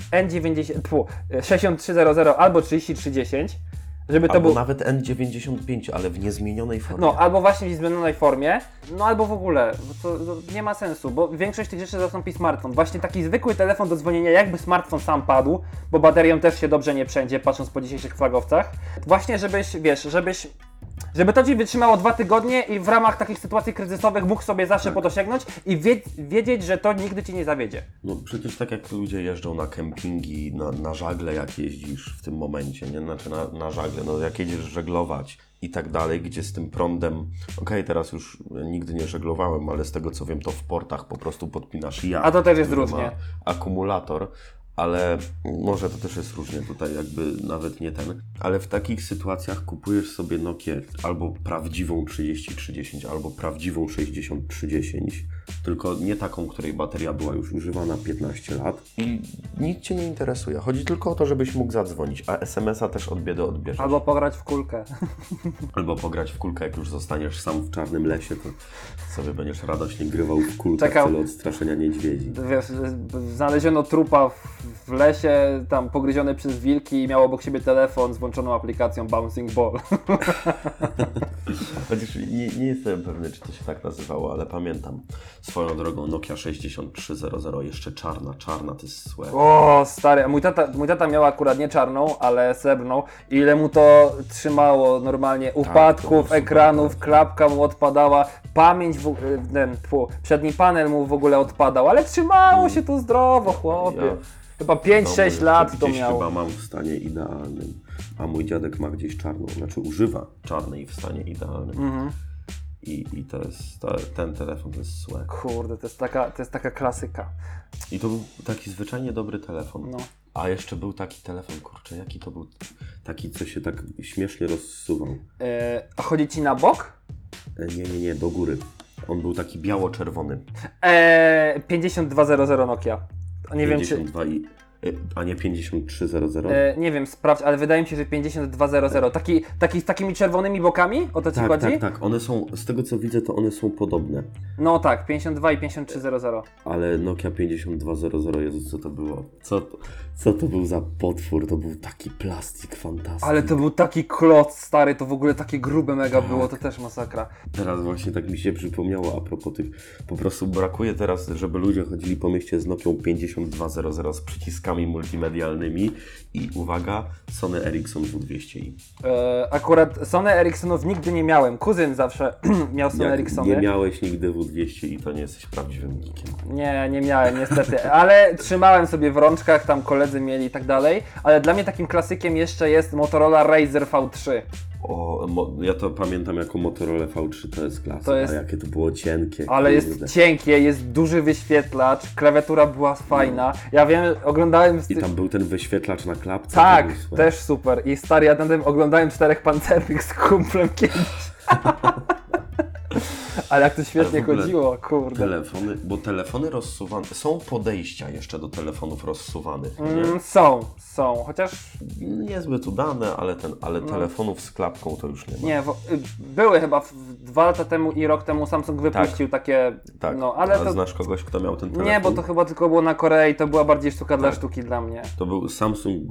6300 albo 3310, żeby to Albo był... nawet N95, ale w niezmienionej formie. No, albo właśnie w zmienionej formie, no albo w ogóle, bo to nie ma sensu, bo większość tych rzeczy zastąpi smartfon. Właśnie taki zwykły telefon do dzwonienia, jakby smartfon sam padł, bo baterią też się dobrze nie przędzie, patrząc po dzisiejszych flagowcach. Właśnie, żeby to Ci wytrzymało 2 tygodnie i w ramach takich sytuacji kryzysowych mógł sobie zawsze po to sięgnąć i wiedzieć, że to nigdy Ci nie zawiedzie. No przecież tak jak ludzie jeżdżą na kempingi, na żagle, jak jeździsz w tym momencie, nie? Znaczy na żagle, no jak jedziesz żeglować i tak dalej, gdzie z tym prądem, okej, teraz już nigdy nie żeglowałem, ale z tego co wiem, to w portach po prostu podpinasz A to też jest który różnie. ma akumulator, ale może to też jest różnie tutaj, jakby nawet nie ten. Ale w takich sytuacjach kupujesz sobie Nokię albo prawdziwą 3310, albo prawdziwą 6310, tylko nie taką, której bateria była już używana 15 lat i nic Cię nie interesuje. Chodzi tylko o to, żebyś mógł zadzwonić, a SMS-a też od biedy odbierzesz. Albo pograć w kulkę. Albo pograć w kulkę, jak już zostaniesz sam w czarnym lesie, to sobie będziesz radośnie grywał w kulkę w celu odstraszenia niedźwiedzi. Wiesz, znaleziono trupa w lesie, tam pogryziony przez wilki i miał obok siebie telefon z włączoną aplikacją Bouncing Ball. Chociaż nie jestem pewny, czy to się tak nazywało, ale pamiętam. Swoją drogą Nokia 6300, jeszcze czarna to jest złe. O, stary, a mój tata miał akurat nie czarną, ale srebrną. I ile mu to trzymało normalnie upadków, super ekranów, klapka mu odpadała, pamięć, przedni panel mu w ogóle odpadał, ale trzymało się to zdrowo, chłopie. Ja Chyba 5-6 lat to gdzieś miał. chyba mam w stanie idealnym, a mój dziadek ma gdzieś czarną, znaczy używa czarnej w stanie idealnym. I to jest, ten telefon to jest złe. Kurde, to jest taka klasyka. I to był taki zwyczajnie dobry telefon. No. A jeszcze był taki telefon, kurczę, jaki to był? Taki, co się tak śmiesznie rozsuwał. A chodzi Ci na bok? Nie, do góry. On był taki biało-czerwony. 5200 Nokia. Nie wiem, czy... 52 a nie 5300? Nie wiem, sprawdź, ale wydaje mi się, że 5200. Taki z takimi czerwonymi bokami? O to Ci chodzi? Tak. One są, z tego co widzę, to one są podobne. No tak, 52 i 5300. Ale Nokia 5200, Jezus, co to było? Co to był za potwór? To był taki plastik fantastyczny. Ale to był taki kloc stary, to w ogóle takie grube mega było, to też masakra. Teraz właśnie tak mi się przypomniało a propos tych, po prostu brakuje teraz, żeby ludzie chodzili po mieście z Nokią 5200 z przyciskami multimedialnymi i uwaga, Sony Ericsson W200i. Akurat Sony Ericssonów nigdy nie miałem, kuzyn zawsze miał Sony Ericssony. Nie miałeś nigdy W200i, to nie jesteś prawdziwym geekiem. Nie miałem niestety, ale trzymałem sobie w rączkach, tam koledzy mieli i tak dalej, ale dla mnie takim klasykiem jeszcze jest Motorola Razr V3. Ja to pamiętam jako Motorola V3, to jest klasyk, a jakie to było cienkie. Ale jest cienkie, jest duży wyświetlacz, klawiatura była fajna. Ja wiem, oglądałem... I tam był ten wyświetlacz na klapce. Tak, też super. I stary, ja tam oglądałem 4 pancernych z kumplem kiedyś. Ale jak to świetnie chodziło, kurde. Bo telefony rozsuwane, są podejścia jeszcze do telefonów rozsuwanych, nie? Są, chociaż... Niezbyt udane, ale telefonów z klapką to już nie ma. Nie, były chyba 2 lata temu i rok temu Samsung wypuścił takie... Tak, no, ale a znasz kogoś, kto miał ten telefon? Nie, bo to chyba tylko było na Korei, to była bardziej sztuka dla sztuki dla mnie. To był Samsung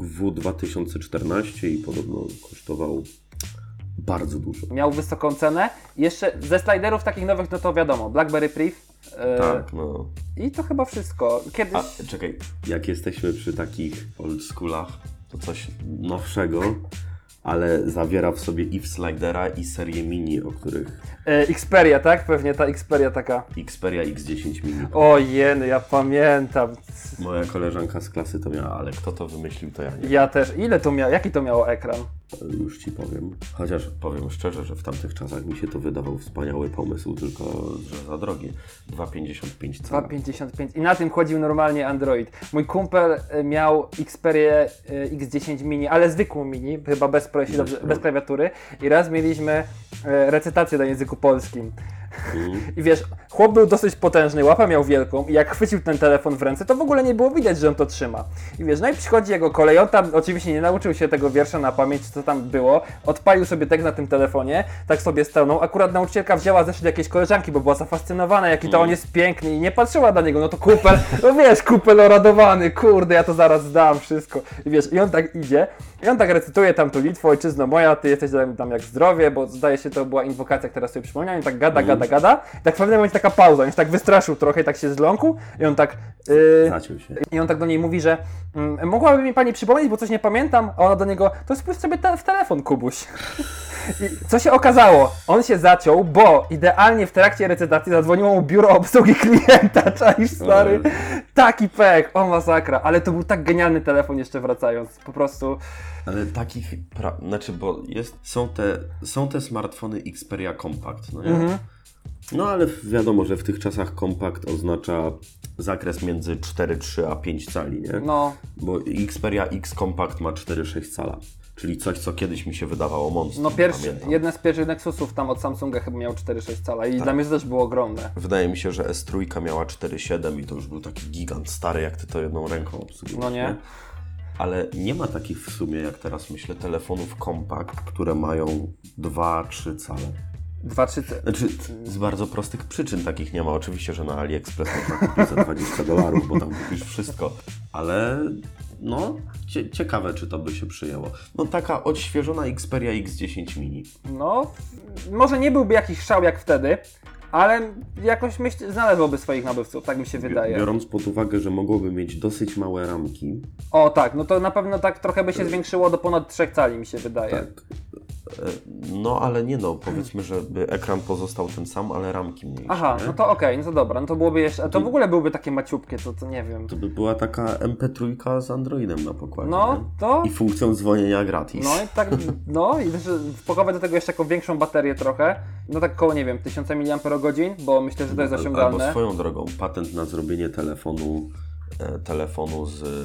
W2014 i podobno kosztował bardzo dużo. Miał wysoką cenę. Jeszcze ze sliderów takich nowych, no to wiadomo, BlackBerry Priv. Tak, no. I to chyba wszystko. Kiedyś... Czekaj, jak jesteśmy przy takich old schoolach, to coś nowszego, ale zawiera w sobie i slidera, i serię mini, o których... Xperia, tak? Pewnie ta Xperia taka. Xperia X10 mini. O jeny, ja pamiętam. Moja koleżanka z klasy to miała, ale kto to wymyślił, to ja nie. Ja też. Ile to miało? Jaki to miało ekran? Już Ci powiem. Chociaż powiem szczerze, że w tamtych czasach mi się to wydawał wspaniały pomysł, tylko że za drogie. 2,55 cala. 2,55 i na tym chodził normalnie Android. Mój kumpel miał Xperię X10 mini, ale zwykłą mini, chyba bez klawiatury i raz mieliśmy recytację na języku polskim. I wiesz, chłop był dosyć potężny, łapę miał wielką i jak chwycił ten telefon w ręce, to w ogóle nie było widać, że on to trzyma. I wiesz, no i przychodzi jego kolej, on tam oczywiście nie nauczył się tego wiersza na pamięć, co tam było, odpalił sobie tekst na tym telefonie, tak sobie stanął, akurat nauczycielka wzięła zeszyt jakiejś koleżanki, bo była zafascynowana, jaki to on jest piękny i nie patrzyła na niego, no to kupel, no wiesz, kupel oradowany, kurde, ja to zaraz zdam wszystko. I wiesz, i on tak idzie, i on tak recytuje tam tu Litwo, ojczyzno moja, ty jesteś tam jak zdrowie, bo zdaje się to była inwokacja, teraz sobie przypomniałem, i tak gada. I tak w pewnym momencie taka pauza, on się tak wystraszył trochę i tak się zląkł i on tak... Zaciął się. I on tak do niej mówi, że mogłaby mi pani przypomnieć, bo coś nie pamiętam, a ona do niego, to spójrz sobie w telefon, Kubuś. I co się okazało? On się zaciął, bo idealnie w trakcie recytacji zadzwoniło mu biuro obsługi klienta, czaisz, stary? Taki pech, o masakra, ale to był tak genialny telefon jeszcze wracając, po prostu. Ale takich, znaczy, bo są te smartfony Xperia Compact, no nie? No ale wiadomo, że w tych czasach Compact oznacza zakres między 4,3 a 5 cali, nie? No. Bo Xperia X Compact ma 4,6 cala, czyli coś, co kiedyś mi się wydawało monstrum, No pamiętam. jedne z pierwszych Nexusów tam od Samsunga chyba miał 4,6 cala i dla mnie to też było ogromne. Wydaje mi się, że S3 miała 4,7 i to już był taki gigant stary, jak ty to jedną ręką obsługujesz. No nie? Ale nie ma takich w sumie, jak teraz myślę, telefonów Compact, które mają 2-3 cale. 2-3. Znaczy, z bardzo prostych przyczyn takich nie ma. Oczywiście, że na AliExpress można kupić za $20, bo tam kupisz wszystko. Ale no, ciekawe, czy to by się przyjęło. No taka odświeżona Xperia X10 Mini. No, może nie byłby jakiś szał jak wtedy, ale jakoś myślę, znalazłoby swoich nabywców, tak mi się wydaje. Biorąc pod uwagę, że mogłoby mieć dosyć małe ramki. O tak, no to na pewno tak trochę by się zwiększyło do ponad 3 cali mi się wydaje. Tak. No ale nie no, powiedzmy, żeby ekran pozostał ten sam, ale ramki mniejsze. Aha, nie? no to okej, no to dobra, no to byłoby jeszcze, to w ogóle byłby takie maciupkie, to nie wiem. To by była taka MP3 z Androidem na pokładzie. No, nie? to... I funkcją dzwonienia gratis. No i tak, no i też wpakować do tego jeszcze taką większą baterię trochę, no tak koło, nie wiem, 1000 mAh, bo myślę, że to jest osiągalne. Albo swoją drogą, patent na zrobienie telefonu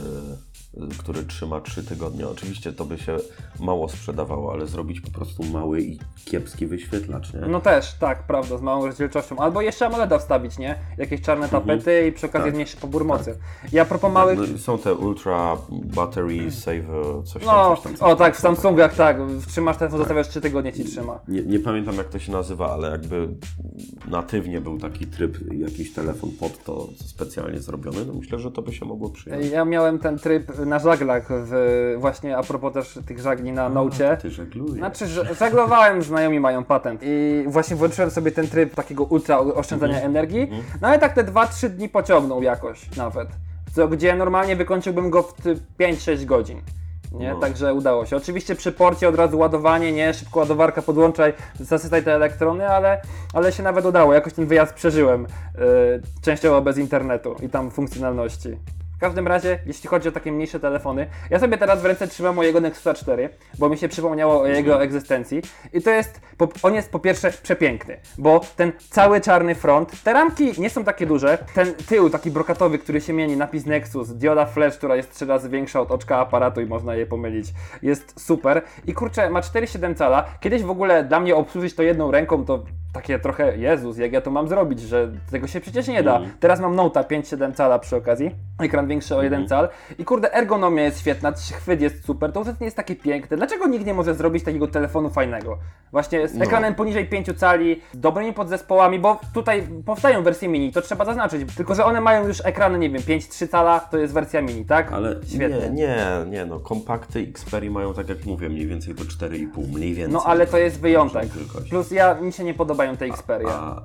który trzyma 3 tygodnie. Oczywiście to by się mało sprzedawało, ale zrobić po prostu mały i kiepski wyświetlacz, nie? No też, tak, prawda, z małą rozdzielczością. Albo jeszcze AMOLEDa wstawić, nie? Jakieś czarne tapety i przy okazji Tak. zmniejszy pobór mocy. I a propos małych... No, są te Ultra Battery Saver, coś No, tam. o tak, w Samsungach tak, trzymasz telefon, zostawiasz 3 tygodnie ci trzyma. Nie pamiętam, jak to się nazywa, ale jakby natywnie był taki tryb, jakiś telefon pod to specjalnie zrobiony, no myślę, że to by się mogło przyjąć. Ja miałem ten tryb na żaglach, właśnie a propos też tych żagli na Nocie. Ty żeglujesz. Znaczy, żaglowałem, znajomi mają patent i właśnie włączyłem sobie ten tryb takiego ultra oszczędzania energii, no ale tak te 2-3 dni pociągnął jakoś nawet, gdzie normalnie wykończyłbym go w 5-6 godzin. Nie? No. Także udało się. Oczywiście przy porcie od razu ładowanie, nie? Szybko ładowarka, podłączaj, zasytaj te elektrony, ale się nawet udało. Jakoś ten wyjazd przeżyłem, częściowo bez internetu i tam funkcjonalności. W każdym razie, jeśli chodzi o takie mniejsze telefony, ja sobie teraz w ręce trzymam mojego Nexusa 4, bo mi się przypomniało o jego egzystencji i to jest, on jest po pierwsze przepiękny, bo ten cały czarny front, te ramki nie są takie duże, ten tył taki brokatowy, który się mieni, napis Nexus, dioda flash, która jest 3 razy większa od oczka aparatu i można je pomylić, jest super i kurczę, ma 4,7 cala, kiedyś w ogóle dla mnie obsłużyć to jedną ręką to takie trochę, Jezus, jak ja to mam zrobić, że tego się przecież nie da. Teraz mam Note'a 5,7 cala przy okazji, ekran większy o 1 cal i kurde, ergonomia jest świetna, chwyt jest super, to urządzenie jest takie piękne. Dlaczego nikt nie może zrobić takiego telefonu fajnego? Właśnie z ekranem poniżej 5 cali, dobrymi podzespołami, bo tutaj powstają wersje mini, to trzeba zaznaczyć, tylko że one mają już ekrany, nie wiem, 5,3 cala, to jest wersja mini, tak? Ale świetnie. nie, no kompakty Xperia mają, tak jak mówię, mniej więcej to 4,5, mniej więcej. No ale to jest wyjątek. Wielkość. Plus mi się nie podobają te Xperia.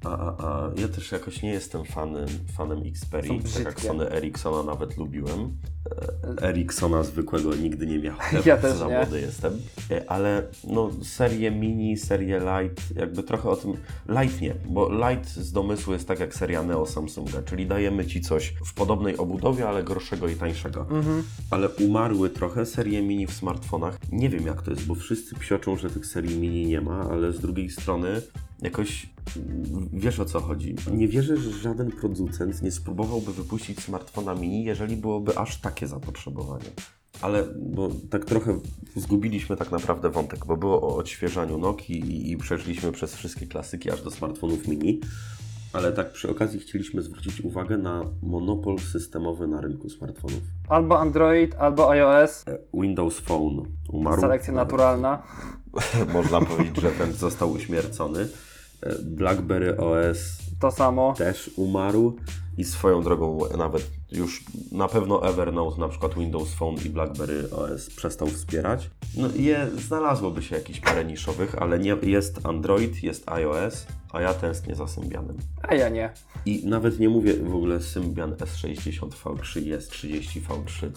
Ja też jakoś nie jestem fanem Xperii, Są tak jak brzydkie. Sony Ericssona nawet lubiłem. Ericssona zwykłego nigdy nie miałem, Ja też za nie. młody jestem. Ale no serię mini, serię light, jakby trochę o tym, light nie, bo light z domysłu jest tak jak seria Neo Samsunga, czyli dajemy Ci coś w podobnej obudowie, ale gorszego i tańszego. Ale umarły trochę serie mini w smartfonach. Nie wiem jak to jest, bo wszyscy psioczą, że tych serii mini nie ma, ale z drugiej strony jakoś wiesz o co chodzi. Nie wierzę, że żaden producent nie spróbowałby wypuścić smartfona mini, jeżeli byłoby aż takie zapotrzebowanie. Ale, bo tak trochę zgubiliśmy tak naprawdę wątek, bo było o odświeżaniu Nokii i przeszliśmy przez wszystkie klasyki aż do smartfonów mini. Ale tak przy okazji chcieliśmy zwrócić uwagę na monopol systemowy na rynku smartfonów. Albo Android, albo iOS, Windows Phone umarł. selekcja naturalna. Można powiedzieć, że wręcz został uśmiercony. BlackBerry OS To samo. też umarł i swoją drogą nawet już na pewno Evernote, na przykład Windows Phone i BlackBerry OS przestał wspierać. No znalazłoby się jakieś parę niszowych, ale nie, jest Android, jest iOS, a ja tęsknię za Symbianem. A ja nie. I nawet nie mówię w ogóle Symbian S60 V3 i S30 V3,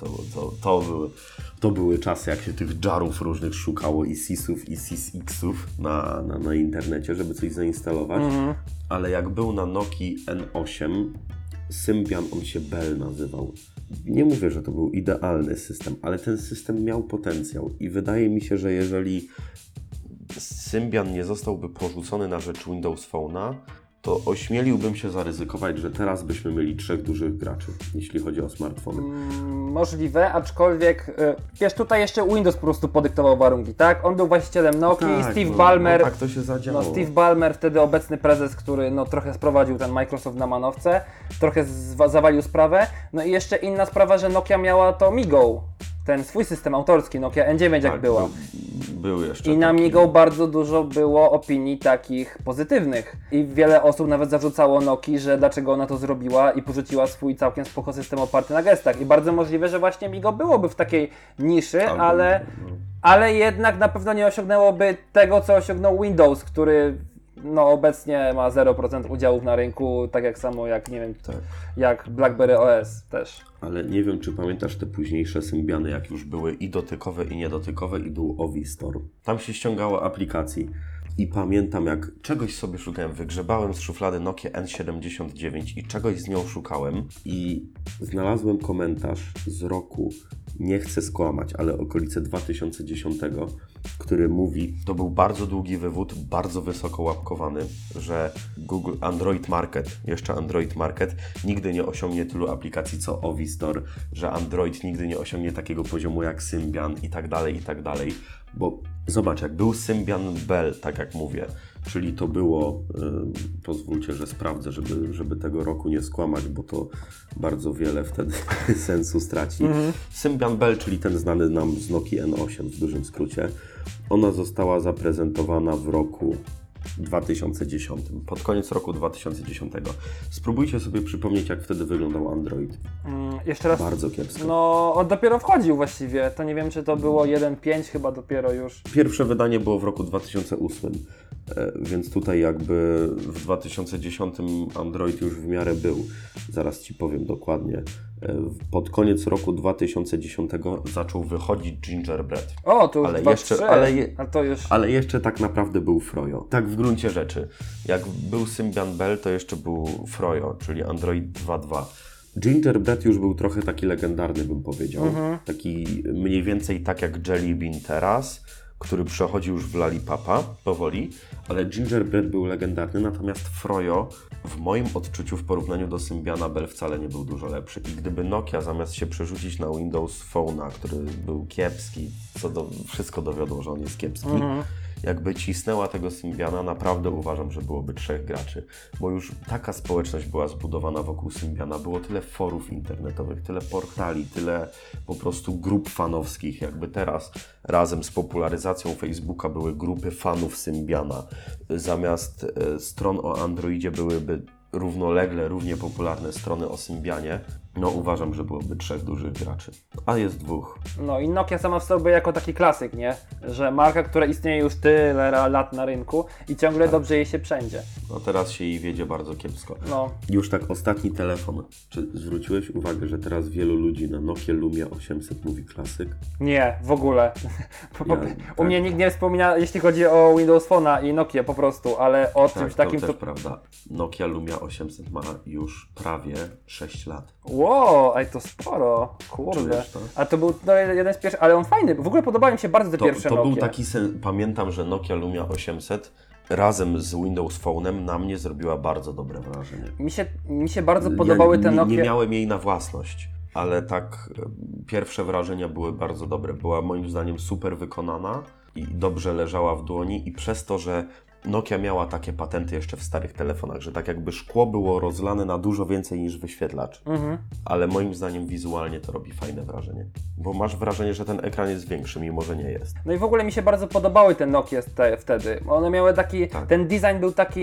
to były czasy, jak się tych jarów różnych szukało i SIS-ów i SIS-Xów na internecie, żeby coś zainstalować. Ale jak był na Nokii N8 Symbian, on się Bell nazywał. Nie mówię, że to był idealny system, ale ten system miał potencjał i wydaje mi się, że jeżeli Symbian nie zostałby porzucony na rzecz Windows Phone'a, to ośmieliłbym się zaryzykować, że teraz byśmy mieli 3 dużych graczy, jeśli chodzi o smartfony. Możliwe, aczkolwiek wiesz, tutaj jeszcze Windows po prostu podyktował warunki, tak? On był właścicielem Nokii, Steve Ballmer. Tak to się zadziało. No, Steve Ballmer, wtedy obecny prezes, który trochę sprowadził ten Microsoft na manowce, trochę zawalił sprawę. No i jeszcze inna sprawa, że Nokia miała to MeeGo, ten swój system autorski, Nokia N9 jak była. Był jeszcze. I na MeeGo bardzo dużo było opinii takich pozytywnych. I wiele osób nawet zarzucało Nokii, że dlaczego ona to zrobiła i porzuciła swój całkiem spoko system oparty na gestach. I bardzo możliwe, że właśnie MeeGo byłoby w takiej niszy, ale jednak na pewno nie osiągnęłoby tego, co osiągnął Windows, który obecnie ma 0% udziałów na rynku, tak jak samo jak, nie wiem, jak BlackBerry OS też. Ale nie wiem, czy pamiętasz te późniejsze Symbiany, jak już były i dotykowe, i niedotykowe, i był Ovi Store. Tam się ściągało aplikacji. I pamiętam, jak czegoś sobie szukałem, wygrzebałem z szuflady Nokia N79 i czegoś z nią szukałem i znalazłem komentarz z roku, nie chcę skłamać, ale okolice 2010, który mówi, to był bardzo długi wywód, bardzo wysoko łapkowany, że Google Android Market, jeszcze Android Market, nigdy nie osiągnie tylu aplikacji co Ovi Store, że Android nigdy nie osiągnie takiego poziomu jak Symbian i tak dalej, i tak dalej. Bo zobacz, jak był Symbian Bell, tak jak mówię, czyli to było, pozwólcie, że sprawdzę, żeby tego roku nie skłamać, bo to bardzo wiele wtedy sensu straci. Symbian Bell, czyli ten znany nam z Nokii N8 w dużym skrócie, ona została zaprezentowana w roku 2010, pod koniec roku 2010. Spróbujcie sobie przypomnieć, jak wtedy wyglądał Android. Jeszcze raz. Bardzo kiepsko. No, on dopiero wchodził właściwie, to nie wiem, czy to było 1.5 chyba dopiero już. Pierwsze wydanie było w roku 2008, więc tutaj jakby w 2010 Android już w miarę był. Zaraz Ci powiem dokładnie. Pod koniec roku 2010 zaczął wychodzić Gingerbread. O, to już ale jeszcze tak naprawdę był Froyo. Tak w gruncie rzeczy. Jak był Symbian Bell, to jeszcze był Froyo, czyli Android 2.2. Gingerbread już był trochę taki legendarny, bym powiedział. Taki mniej więcej tak jak Jelly Bean teraz, który przechodzi już w Lollipopa powoli, ale Gingerbread był legendarny, natomiast Froyo w moim odczuciu w porównaniu do Symbiana Bell wcale nie był dużo lepszy. I gdyby Nokia zamiast się przerzucić na Windows Phone'a, który był kiepski, wszystko dowiodło, że on jest kiepski, jakby cisnęła tego Symbiana, naprawdę uważam, że byłoby 3 graczy. Bo już taka społeczność była zbudowana wokół Symbiana, było tyle forów internetowych, tyle portali, tyle po prostu grup fanowskich. Jakby teraz razem z popularyzacją Facebooka były grupy fanów Symbiana. Zamiast stron o Androidzie byłyby równolegle, równie popularne strony o Symbianie. No uważam, że byłoby 3 dużych graczy, a jest 2. No i Nokia sama w sobie jako taki klasyk, nie? Że marka, która istnieje już tyle lat na rynku i ciągle dobrze jej się wszędzie. No teraz się jej wiedzie bardzo kiepsko. No. Już tak ostatni telefon. Czy zwróciłeś uwagę, że teraz wielu ludzi na Nokia Lumia 800 mówi klasyk? Nie, w ogóle. U mnie nikt nie wspomina, jeśli chodzi o Windows Phone'a i Nokia po prostu, ale o czymś takim to też prawda. Nokia Lumia 800 ma już prawie 6 lat. Wow, to sporo, kurde. Czujesz to? A to był jeden z pierwszych, ale on fajny, w ogóle podobały mi się bardzo te pierwsze To Nokie. był taki pamiętam, że Nokia Lumia 800 razem z Windows Phone'em na mnie zrobiła bardzo dobre wrażenie. Mi się bardzo podobały te Nokie. Nie miałem jej na własność, ale tak pierwsze wrażenia były bardzo dobre. Była moim zdaniem super wykonana i dobrze leżała w dłoni i przez to, że Nokia miała takie patenty jeszcze w starych telefonach, że tak jakby szkło było rozlane na dużo więcej niż wyświetlacz. Ale moim zdaniem wizualnie to robi fajne wrażenie. Bo masz wrażenie, że ten ekran jest większy, mimo że nie jest. No i w ogóle mi się bardzo podobały te Nokie wtedy. One miały taki, ten design był taki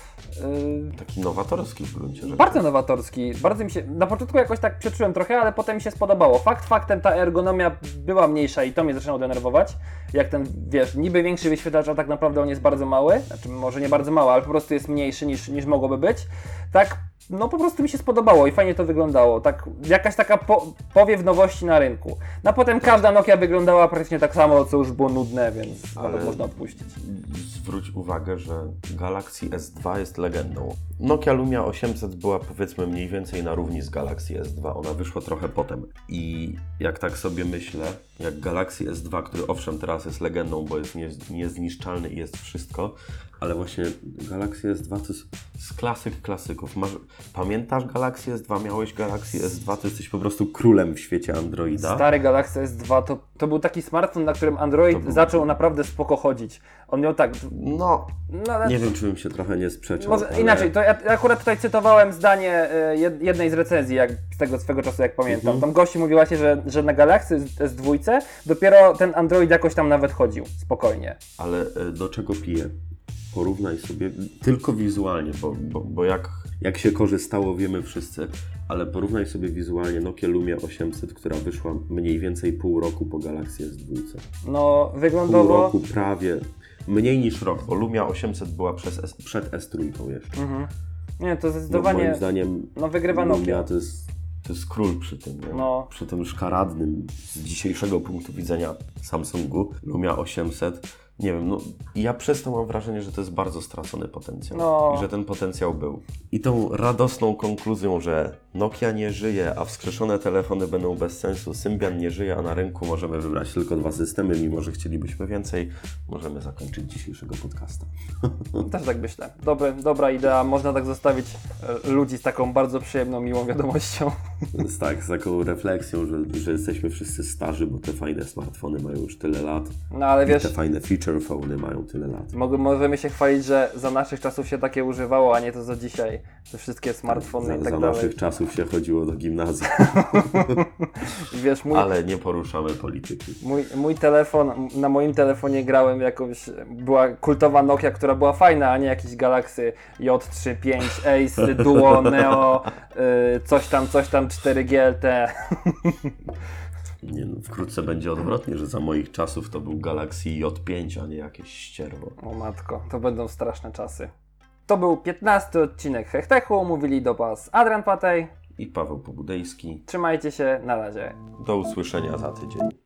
taki nowatorski w gruncie rzeczy. Bardzo nowatorski. Bardzo mi się, na początku jakoś tak przeczułem trochę, ale potem mi się spodobało. Faktem ta ergonomia była mniejsza i to mnie zaczynało denerwować. Jak ten, wiesz, niby większy wyświetlacz, a tak naprawdę on jest bardzo mały. Znaczy może nie bardzo mały, ale po prostu jest mniejszy niż mogłoby być. Tak no po prostu mi się spodobało i fajnie to wyglądało. Tak, jakaś taka powiew nowości na rynku. No a potem każda Nokia wyglądała praktycznie tak samo, co już było nudne, więc nawet można odpuścić. Zwróć uwagę, że Galaxy S2 jest legendą. Nokia Lumia 800 była powiedzmy mniej więcej na równi z Galaxy S2. Ona wyszła trochę potem. I jak tak sobie myślę, jak Galaxy S2, który owszem teraz jest legendą, bo jest niezniszczalny i jest wszystko, ale właśnie Galaxy S2 to jest klasyk klasyków. Pamiętasz Galaxy S2? Miałeś Galaxy S2? To jesteś po prostu królem w świecie Androida. Stary Galaxy S2 to był taki smartfon, na którym Android zaczął naprawdę spoko chodzić. On miał tak... No nie wiem, czy bym się trochę nie sprzeczał. Może ale... inaczej, to ja akurat tutaj cytowałem zdanie jednej z recenzji, jak z tego swego czasu, jak pamiętam. Tam gości mówiła się, że na Galaxy S2 dopiero ten Android jakoś tam nawet chodził, spokojnie. Ale do czego piję? Porównaj sobie tylko wizualnie, bo jak się korzystało, wiemy wszyscy, ale porównaj sobie wizualnie Nokia Lumia 800, która wyszła mniej więcej pół roku po Galaxy S2. No, wyglądowo... Pół roku prawie, mniej niż rok, bo Lumia 800 była przed S3 jeszcze. Nie, to zdecydowanie Moim zdaniem wygrywa Lumia Nokia. to jest król przy tym, nie? No. Przy tym szkaradnym z dzisiejszego punktu widzenia Samsungu, Lumia 800. Nie wiem, no ja przez to mam wrażenie, że to jest bardzo stracony potencjał i że ten potencjał był. I tą radosną konkluzją, że Nokia nie żyje, a wskrzeszone telefony będą bez sensu, Symbian nie żyje, a na rynku możemy wybrać tylko 2 systemy, mimo że chcielibyśmy więcej, możemy zakończyć dzisiejszego podcasta. Też tak myślę. Dobra idea, można tak zostawić ludzi z taką bardzo przyjemną, miłą wiadomością. Tak, z taką refleksją, że jesteśmy wszyscy starzy, bo te fajne smartfony mają już tyle lat. No ale wiesz, te fajne feature phony mają tyle lat. Możemy się chwalić, że za naszych czasów się takie używało, a nie to za dzisiaj. Te wszystkie smartfony i tak za dalej. naszych czasów się chodziło do gimnazjum. Wiesz, ale nie poruszamy polityki. Mój telefon, na moim telefonie grałem była kultowa Nokia, która była fajna, a nie jakiś Galaxy J3, 5, Ace, Duo, Neo, coś tam 4G LTE. Nie, no, wkrótce będzie odwrotnie, że za moich czasów to był Galaxy J5, a nie jakieś ścierwo. O matko, to będą straszne czasy. To był 15 odcinek Hechtechu, mówili do Was Adrian Patej i Paweł Pobudejski. Trzymajcie się, na razie. Do usłyszenia za tydzień.